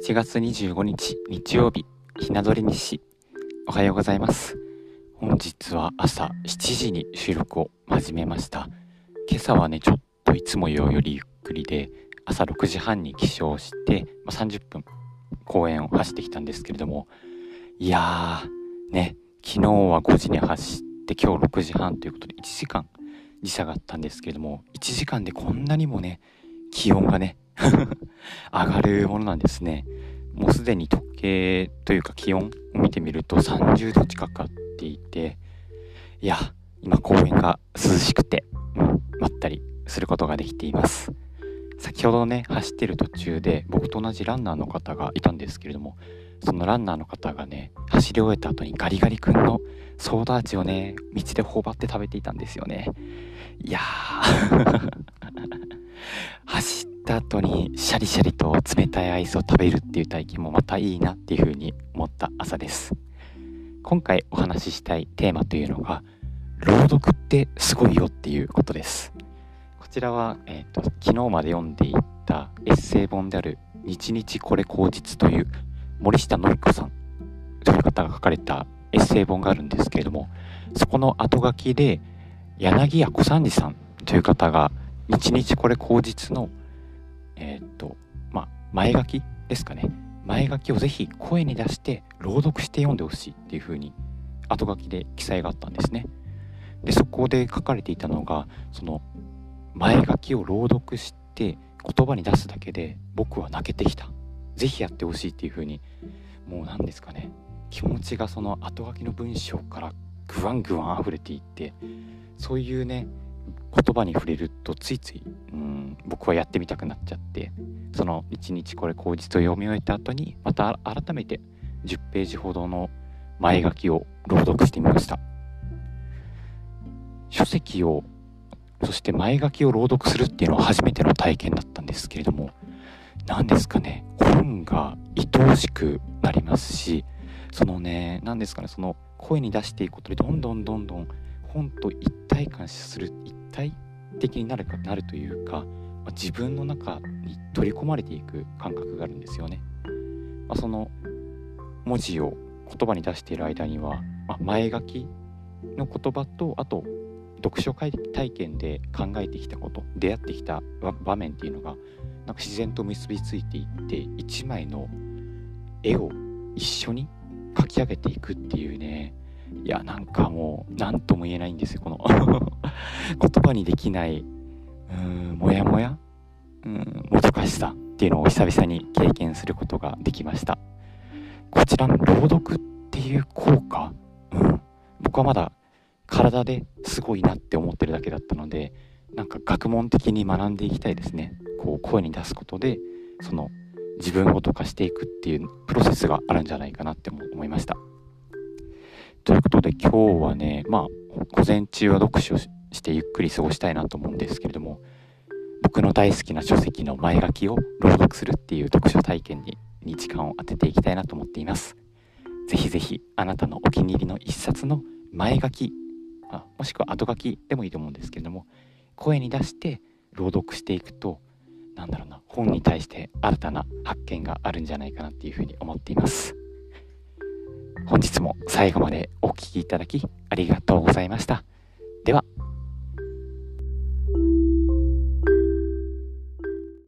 7月25日日曜日、ひな鳥日。おはようございます。本日は朝7時に収録を始めました。今朝はね、ちょっといつもよりゆっくりで、朝6時半に起床して、30分公園を走ってきたんですけれども、いやーね、昨日は5時に走って今日6時半ということで1時間時差があったんですけれども、1時間でこんなにもね、気温がね上がるものなんですね。もうすでに時計というか気温を見てみると30度近くあっていて、いや今公園が涼しくて、まったりすることができています。先ほどね、走ってる途中で僕と同じランナーの方がいたんですけれども、そのランナーの方がね、走り終えた後にガリガリ君のソーダ味をね、道で頬張って食べていたんですよね。いやー走った後にシャリシャリと冷たいアイスを食べるっていう体験もまたいいなっていう風に思った朝です。今回お話ししたいテーマというのが、朗読ってすごいよっていうことです。こちらは、昨日まで読んでいたエッセイ本である日々これ口実という森下典子さんという方が書かれたエッセイ本があるんですけれども、そこの後書きで柳家小三治さんという方が日々これ口実の前書きですかね、前書きをぜひ声に出して朗読して読んでほしいっていう風に後書きで記載があったんですね。でそこで書かれていたのが、その前書きを朗読して言葉に出すだけで僕は泣けてきた、ぜひやってほしいっていう風に、もう何ですかね、気持ちがその後書きの文章からグワングワン溢れていって、そういうね言葉に触れるとついつい僕はやってみたくなっちゃって、その一日これ口実と読み終えた後にまた改めて10ページほどの前書きを朗読してみました。書籍を、そして前書きを朗読するっていうのは初めての体験だったんですけれども、何ですかね、本が愛おしくなりますし、そのね、何ですかね、その声に出していくことでどんどん本と一体感する、一体的になるというか、自分の中に取り込まれていく感覚があるんですよね。その文字を言葉に出している間には、前書きの言葉と、あと読書体験で考えてきたこと、出会ってきた場面っていうのがなんか自然と結びついていって、一枚の絵を一緒に描き上げていくっていうね、いやなんかもう何とも言えないんですよ、この言葉にできないモヤモヤもどかしさっていうのを久々に経験することができました。こちらの朗読っていう効果、僕はまだ体ですごいなって思ってるだけだったので、なんか学問的に学んでいきたいですね。こう声に出すことでその自分ごと化していくっていうプロセスがあるんじゃないかなって思いました。ということで今日はね、午前中は読書してゆっくり過ごしたいなと思うんですけれども、僕の大好きな書籍の前書きを朗読するっていう読書体験に時間を当てていきたいなと思っています。ぜひぜひあなたのお気に入りの一冊の前書き、もしくは後書きでもいいと思うんですけれども、声に出して朗読していくと、本に対して新たな発見があるんじゃないかなっていうふうに思っています。本日も最後までお聞きいただきありがとうございました。では